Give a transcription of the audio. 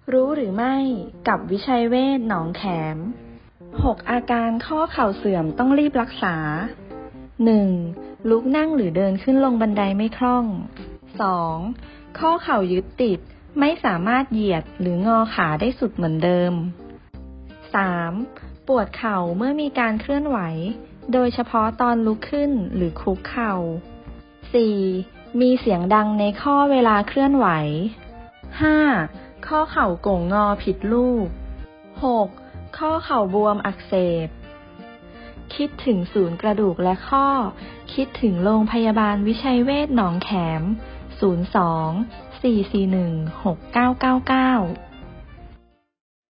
รู้หรือไม่กับวิชัยเวชหนองแขม 6 อาการข้อเข่าเสื่อมต้องรีบรักษา 1. ลุกนั่งหรือเดินขึ้นลงบันไดไม่คล่อง 2. ข้อเข่ายึดติดไม่สามารถเหยียดหรืองอขาได้สุดเหมือนเดิม 3. ปวดเข่าเมื่อมีการเคลื่อนไหวโดยเฉพาะตอนลุกขึ้นหรือคุกเข่า 4. มีเสียงดังในข้อเวลาเคลื่อนไหว 5. ข้อเข่าโก่งงอผิดรูป 6. ข้อเข่าบวมอักเสบ คิดถึงศูนย์กระดูกและข้อ คิดถึงโรงพยาบาลวิชัยเวชหนองแขม 02 441 6999